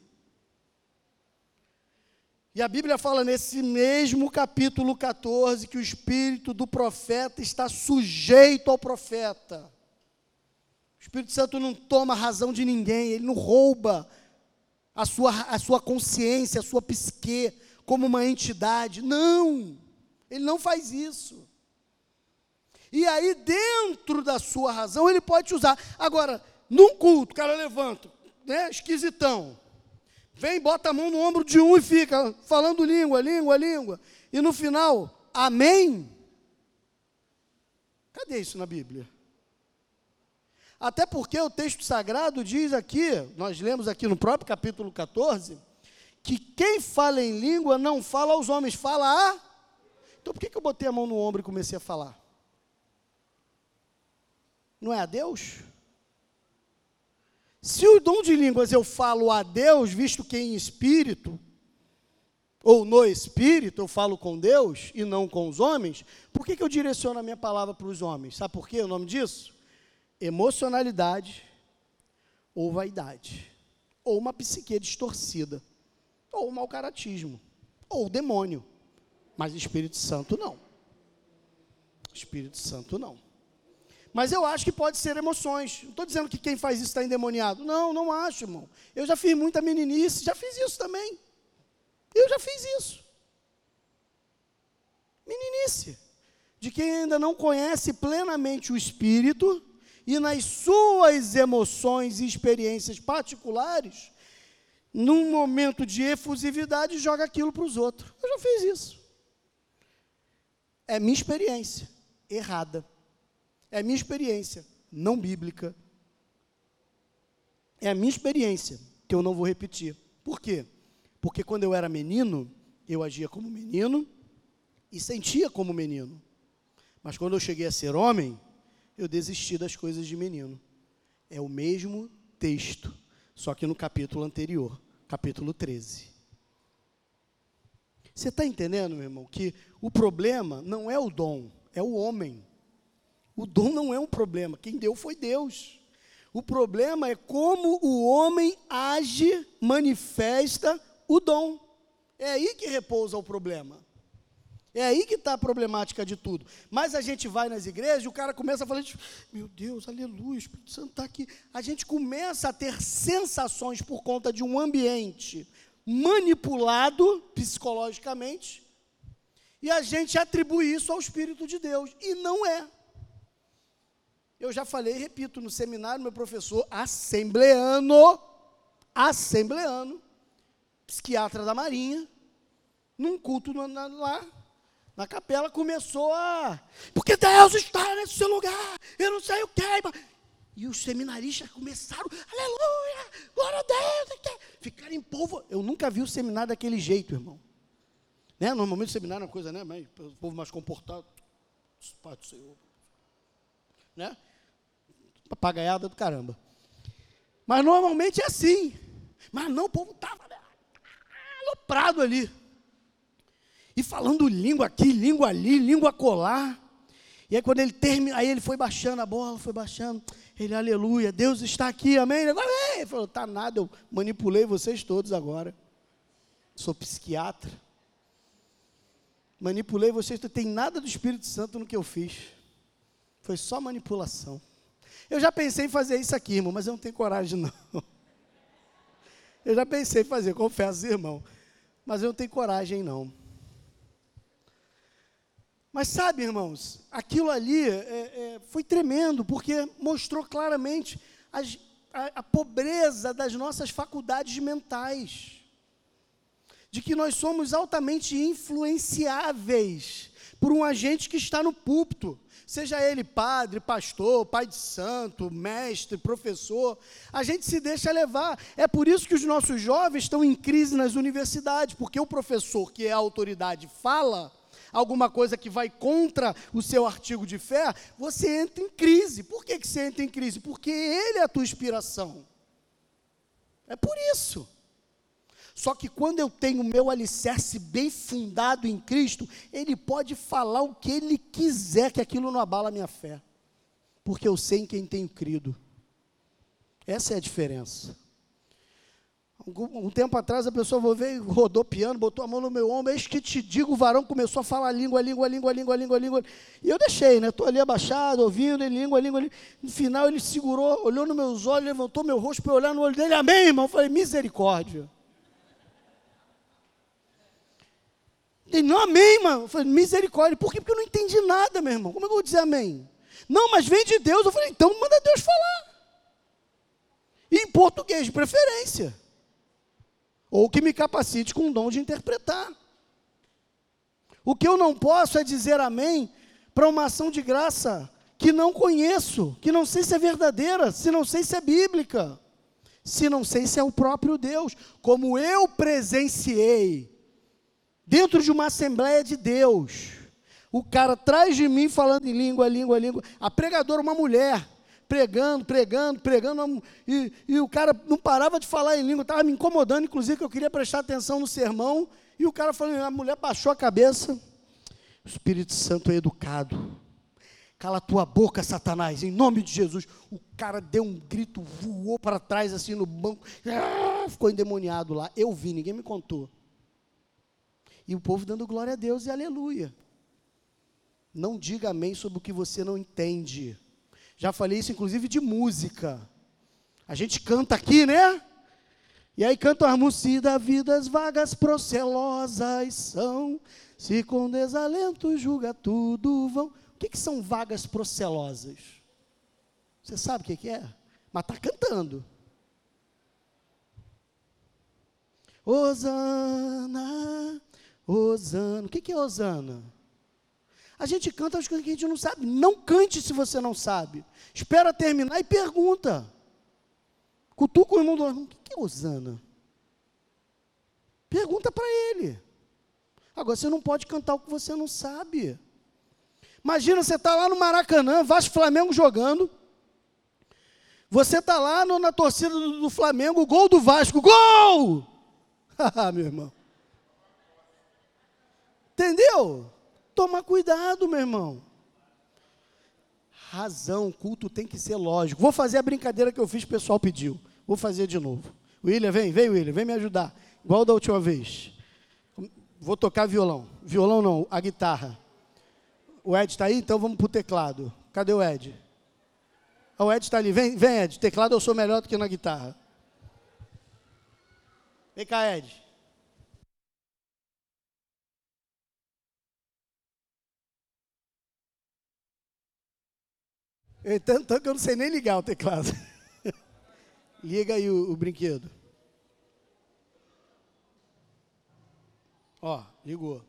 E a Bíblia fala nesse mesmo capítulo catorze que o espírito do profeta está sujeito ao profeta. O Espírito Santo não toma razão de ninguém, ele não rouba a sua, a sua consciência, a sua psique, como uma entidade. Não, ele não faz isso. E aí, dentro da sua razão, ele pode te usar. Agora, num culto, o cara levanta, né, esquisitão, vem, bota a mão no ombro de um e fica falando língua, língua, língua. E no final, amém? Cadê isso na Bíblia? Até porque o texto sagrado diz aqui, nós lemos aqui no próprio capítulo catorze, que quem fala em língua não fala aos homens, fala a... Então por que que eu botei a mão no ombro e comecei a falar? Não é a Deus? Se o dom de línguas eu falo a Deus, visto que em espírito, ou no espírito, eu falo com Deus e não com os homens, por que que eu direciono a minha palavra para os homens? Sabe por quê o nome disso? Emocionalidade ou vaidade, ou uma psique distorcida, ou mau caratismo, ou demônio, mas Espírito Santo não. Espírito Santo não. Mas eu acho que pode ser emoções. Não estou dizendo que quem faz isso está endemoniado. Não, não acho, irmão. Eu já fiz muita meninice, já fiz isso também. Eu já fiz isso. Meninice. De quem ainda não conhece plenamente o Espírito e nas suas emoções e experiências particulares, num momento de efusividade, joga aquilo para os outros. Eu já fiz isso. É minha experiência, errada. É a minha experiência, não bíblica. É a minha experiência, que eu não vou repetir. Por quê? Porque quando eu era menino, eu agia como menino e sentia como menino. Mas quando eu cheguei a ser homem, eu desisti das coisas de menino. É o mesmo texto, só que no capítulo anterior, capítulo treze. Você está entendendo, meu irmão, que o problema não é o dom, é o homem. O dom não é um problema, quem deu foi Deus. O problema é como o homem age, manifesta o dom. É aí que repousa o problema. É aí que está a problemática de tudo. Mas a gente vai nas igrejas e o cara começa a falar, meu Deus, aleluia, o Espírito Santo está aqui. A gente começa a ter sensações por conta de um ambiente manipulado psicologicamente e a gente atribui isso ao Espírito de Deus. E não é. Eu já falei e repito, no seminário, meu professor assembleano, assembleano, psiquiatra da Marinha, num culto na, na, lá, na capela, começou a... Porque Deus está nesse lugar, eu não sei o que. E os seminaristas começaram, aleluia, glória a Deus. Ficaram em polvo. Eu nunca vi o seminário daquele jeito, irmão. Né? Normalmente o seminário é uma coisa, né? Mas o povo mais comportado. Pai do Senhor. Né? Papagaiada do caramba. Mas normalmente é assim. Mas não, o povo estava aloprado ali. E falando língua aqui, língua ali, língua colar. E aí quando ele termina, aí ele foi baixando a bola, foi baixando. Ele, aleluia, Deus está aqui, amém. Ele, amém. Ele falou, tá nada, eu manipulei vocês todos agora. Sou psiquiatra. Manipulei vocês, não tem nada do Espírito Santo no que eu fiz. Foi só manipulação. Eu já pensei em fazer isso aqui, irmão, mas eu não tenho coragem, não. Eu já pensei em fazer, confesso, irmão, mas eu não tenho coragem, não. Mas sabe, irmãos, aquilo ali é, é, foi tremendo, porque mostrou claramente as, a, a pobreza das nossas faculdades mentais, de que nós somos altamente influenciáveis por um agente que está no púlpito, seja ele padre, pastor, pai de santo, mestre, professor, a gente se deixa levar. É por isso que os nossos jovens estão em crise nas universidades, porque o professor, que é a autoridade, fala alguma coisa que vai contra o seu artigo de fé, você entra em crise. Por que que você entra em crise? Porque ele é a tua inspiração. É por isso. Só que quando eu tenho o meu alicerce bem fundado em Cristo, Ele pode falar o que Ele quiser, que aquilo não abala a minha fé. Porque eu sei em quem tenho crido. Essa é a diferença. Um, um tempo atrás a pessoa veio, rodou piano, botou a mão no meu ombro, eis que te digo, o varão começou a falar língua, língua, língua, língua, língua, língua. E eu deixei, né? Estou ali abaixado, ouvindo, em língua, língua, língua. No final ele segurou, olhou nos meus olhos, levantou meu rosto para eu olhar no olho dele. Amém, irmão? Eu falei, misericórdia. Ele, não, amém, mano. Eu falei, misericórdia. Por quê? Porque eu não entendi nada, meu irmão. Como é que eu vou dizer amém? Não, mas vem de Deus. Eu falei, então manda Deus falar. E em português, de preferência. Ou que me capacite com o dom de interpretar. O que eu não posso é dizer amém para uma ação de graça que não conheço, que não sei se é verdadeira, se não sei se é bíblica, se não sei se é o próprio Deus, como eu presenciei dentro de uma Assembleia de Deus. O cara atrás de mim falando em língua, língua, língua, a pregadora, uma mulher, pregando, pregando, pregando, e, e o cara não parava de falar em língua, estava me incomodando, inclusive, que eu queria prestar atenção no sermão, e o cara falou, a mulher baixou a cabeça, o Espírito Santo é educado, cala tua boca, Satanás, em nome de Jesus. O cara deu um grito, voou para trás, assim, no banco, ficou endemoniado lá, eu vi, ninguém me contou, e o povo dando glória a Deus e aleluia. Não diga amém sobre o que você não entende. Já falei isso, inclusive, de música. A gente canta aqui, né? E aí canta as músicas, da vida as vagas procelosas são, se com desalento julga tudo vão. O que, que são vagas procelosas? Você sabe o que, que é? Mas está cantando. Hosana, Hosana. O que, que é Hosana? A gente canta as coisas que a gente não sabe. Não cante se você não sabe. Espera terminar e pergunta. Cutuca o irmão do irmão. O que é Hosana? Pergunta para ele. Agora, você não pode cantar o que você não sabe. Imagina, você está lá no Maracanã, Vasco e Flamengo jogando. Você está lá no, na torcida do, do Flamengo, gol do Vasco. Gol! Haha, meu irmão. Entendeu? Toma cuidado, meu irmão. Razão, culto tem que ser lógico. Vou fazer a brincadeira que eu fiz, o pessoal pediu. Vou fazer de novo. William, vem, vem, William, vem me ajudar. Igual da última vez. Vou tocar violão. Violão não, a guitarra. O Ed está aí? Então vamos para o teclado. Cadê o Ed? Ah, o Ed está ali. Vem, vem, Ed. Teclado eu sou melhor do que na guitarra. Vem cá, Ed. Eu, tanto, tanto que eu não sei nem ligar o teclado. Liga aí o, o brinquedo. Ó, ligou.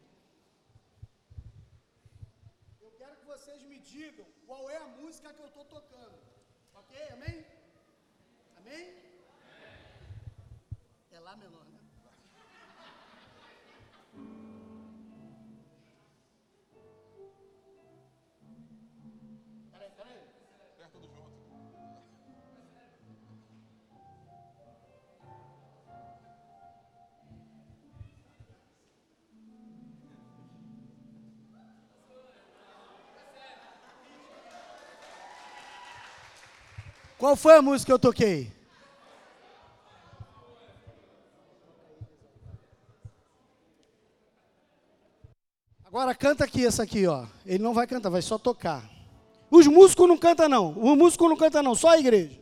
Eu quero que vocês me digam qual é a música que eu estou tocando. Ok? Amém? Amém? É lá menor, né? Peraí, peraí. É tudo junto. Qual foi a música que eu toquei? Agora canta aqui essa aqui, ó. Ele não vai cantar, vai só tocar. Os músicos não cantam não. O músico não canta não, só a igreja.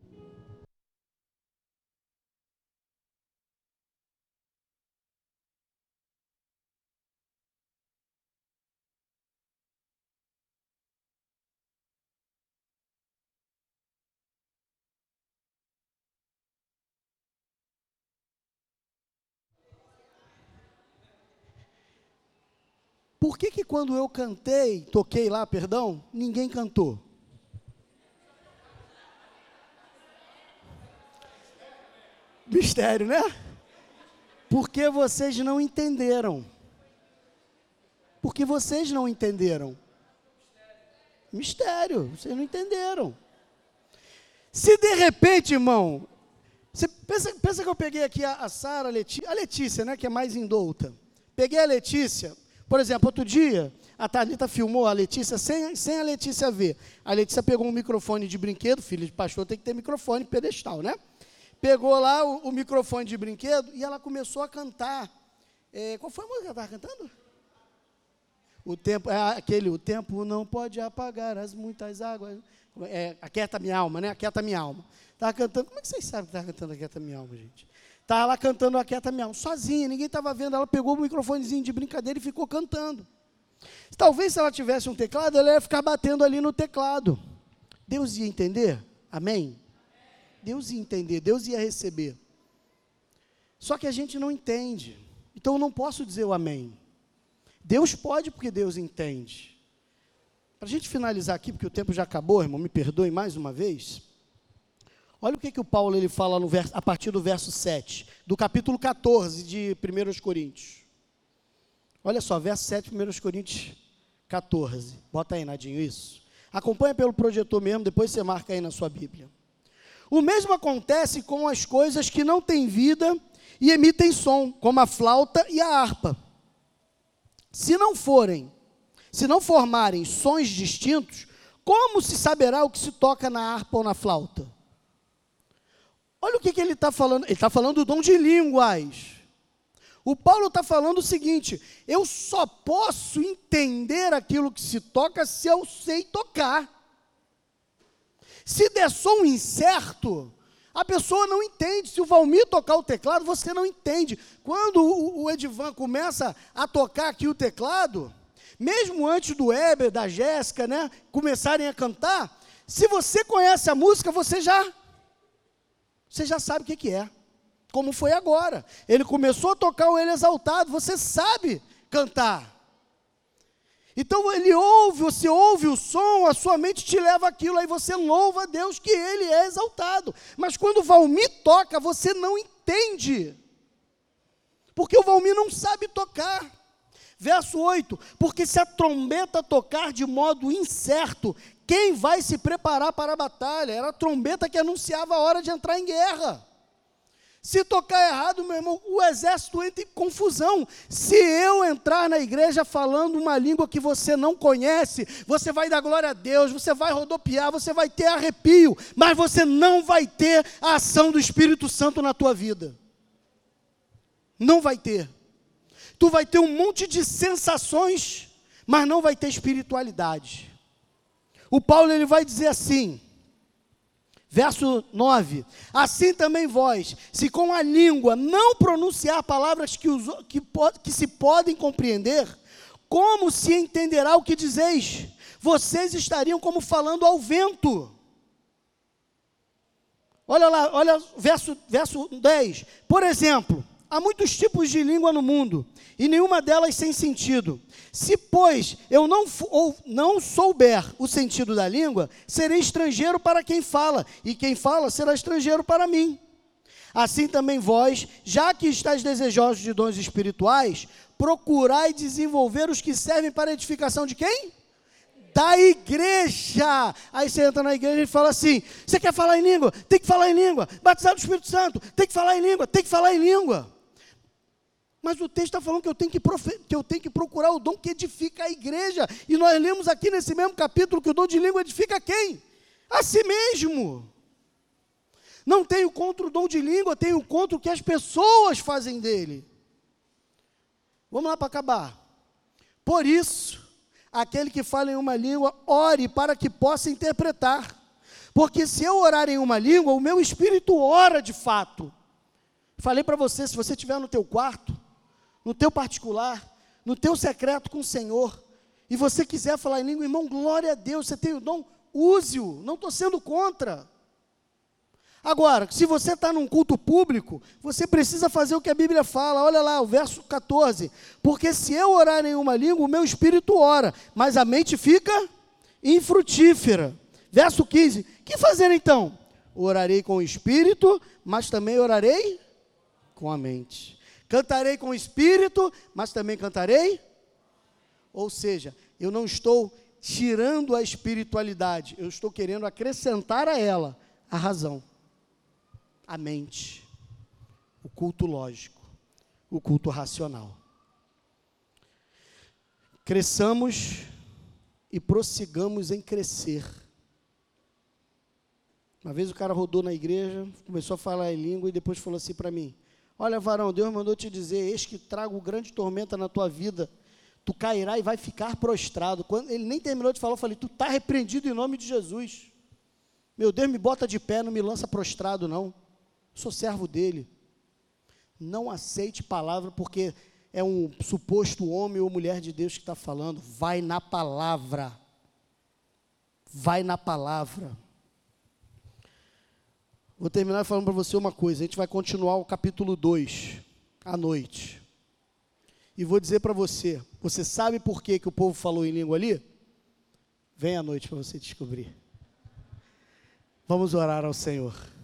Por que que quando eu cantei, toquei lá, perdão, ninguém cantou? Mistério, né? Porque vocês não entenderam. Porque vocês não entenderam. Mistério, vocês não entenderam. Se de repente, irmão, Você pensa, pensa que eu peguei aqui a, a Sara, a Letícia, a Letícia, né, que é mais indouta. Peguei a Letícia, por exemplo, outro dia, a Thalita filmou a Letícia sem, sem a Letícia ver. A Letícia pegou um microfone de brinquedo, filho de pastor tem que ter microfone pedestal, né? Pegou lá o, o microfone de brinquedo e ela começou a cantar. É, qual foi a música que ela estava cantando? O tempo, é aquele, o tempo não pode apagar as muitas águas. É, aquieta minha alma, né? Aquieta minha alma. Estava cantando, como é que vocês sabem que estava cantando Aquieta Minha Alma, gente? Estava lá cantando Aquieta Minha Alma, sozinha, ninguém estava vendo, ela pegou o microfonezinho de brincadeira e ficou cantando. Talvez se ela tivesse um teclado, ela ia ficar batendo ali no teclado. Deus ia entender? Amém? Deus ia entender, Deus ia receber. Só que a gente não entende, então eu não posso dizer o amém. Deus pode porque Deus entende. Para a gente finalizar aqui, porque o tempo já acabou, irmão, me perdoe mais uma vez. Olha o que, que o Paulo ele fala no verso, a partir do verso sete, do capítulo catorze de primeira Coríntios. Olha só, verso sete, primeira Coríntios catorze. Bota aí, Nadinho, isso. Acompanha pelo projetor mesmo, depois você marca aí na sua Bíblia. O mesmo acontece com as coisas que não têm vida e emitem som, como a flauta e a harpa. Se não forem, se não formarem sons distintos, como se saberá o que se toca na harpa ou na flauta? Olha o que, que ele está falando, ele está falando do dom de línguas. O Paulo está falando o seguinte, eu só posso entender aquilo que se toca se eu sei tocar. Se der som incerto, a pessoa não entende. Se o Valmir tocar o teclado, você não entende. Quando o, o Edivan começa a tocar aqui o teclado, mesmo antes do Heber, da Jéssica, né, começarem a cantar, se você conhece a música, você já... Você já sabe o que, que é, como foi agora. Ele começou a tocar o Ele Exaltado, você sabe cantar. Então ele ouve, você ouve o som, a sua mente te leva aquilo, aí você louva a Deus que Ele é exaltado. Mas quando o Valmir toca, você não entende, porque o Valmir não sabe tocar. Verso oito, porque se a trombeta tocar de modo incerto, quem vai se preparar para a batalha? Era a trombeta que anunciava a hora de entrar em guerra. Se tocar errado, meu irmão, o exército entra em confusão. Se eu entrar na igreja falando uma língua que você não conhece, você vai dar glória a Deus, você vai rodopiar, você vai ter arrepio, mas você não vai ter a ação do Espírito Santo na tua vida. Não vai ter. Tu vai ter um monte de sensações, mas não vai ter espiritualidade. O Paulo ele vai dizer assim, verso nove, assim também vós, se com a língua não pronunciar palavras que, os, que, que se podem compreender, como se entenderá o que dizeis? Vocês estariam como falando ao vento. Olha lá, olha verso, verso dez, por exemplo, há muitos tipos de língua no mundo, e nenhuma delas sem sentido. Se, pois, eu não, ou não souber o sentido da língua, serei estrangeiro para quem fala, e quem fala será estrangeiro para mim. Assim também vós, já que estáis desejosos de dons espirituais, procurai desenvolver os que servem para a edificação de quem? Da igreja. Aí você entra na igreja e fala assim, você quer falar em língua? Tem que falar em língua. Batizado do Espírito Santo? Tem que falar em língua, tem que falar em língua. Mas o texto está falando que eu, tenho que profe- que eu tenho que procurar o dom que edifica a igreja. E nós lemos aqui nesse mesmo capítulo que o dom de língua edifica quem? A si mesmo. Não tenho contra o dom de língua, tenho contra o que as pessoas fazem dele. Vamos lá para acabar. Por isso, aquele que fala em uma língua, ore para que possa interpretar. Porque se eu orar em uma língua, o meu espírito ora de fato. Falei para você, se você estiver no teu quarto, no teu particular, no teu secreto com o Senhor, e você quiser falar em língua, irmão, glória a Deus, você tem o dom, use-o, não estou sendo contra. Agora, se você está num culto público, você precisa fazer o que a Bíblia fala, olha lá, o verso catorze, porque se eu orar em uma língua, o meu espírito ora, mas a mente fica infrutífera. Verso quinze, que fazer então? Orarei com o espírito, mas também orarei com a mente. Cantarei com o espírito, mas também cantarei. Ou seja, eu não estou tirando a espiritualidade, eu estou querendo acrescentar a ela a razão. a mente, o culto lógico, o culto racional. Cresçamos e prossigamos em crescer. Uma vez o cara rodou na igreja, começou a falar em língua e depois falou assim para mim: olha, varão, Deus mandou te dizer, eis que trago grande tormenta na tua vida, tu cairá e vai ficar prostrado. Quando ele nem terminou de falar, eu falei: tu está repreendido em nome de Jesus. Meu Deus, me bota de pé, não me lança prostrado não, sou servo dele. Não aceite palavra porque é um suposto homem ou mulher de Deus que está falando. Vai na palavra, vai na palavra. Vou terminar falando para você uma coisa, a gente vai continuar o capítulo dois, à noite. E vou dizer para você, você sabe por que, que o povo falou em língua ali? Vem à noite para você descobrir. Vamos orar ao Senhor.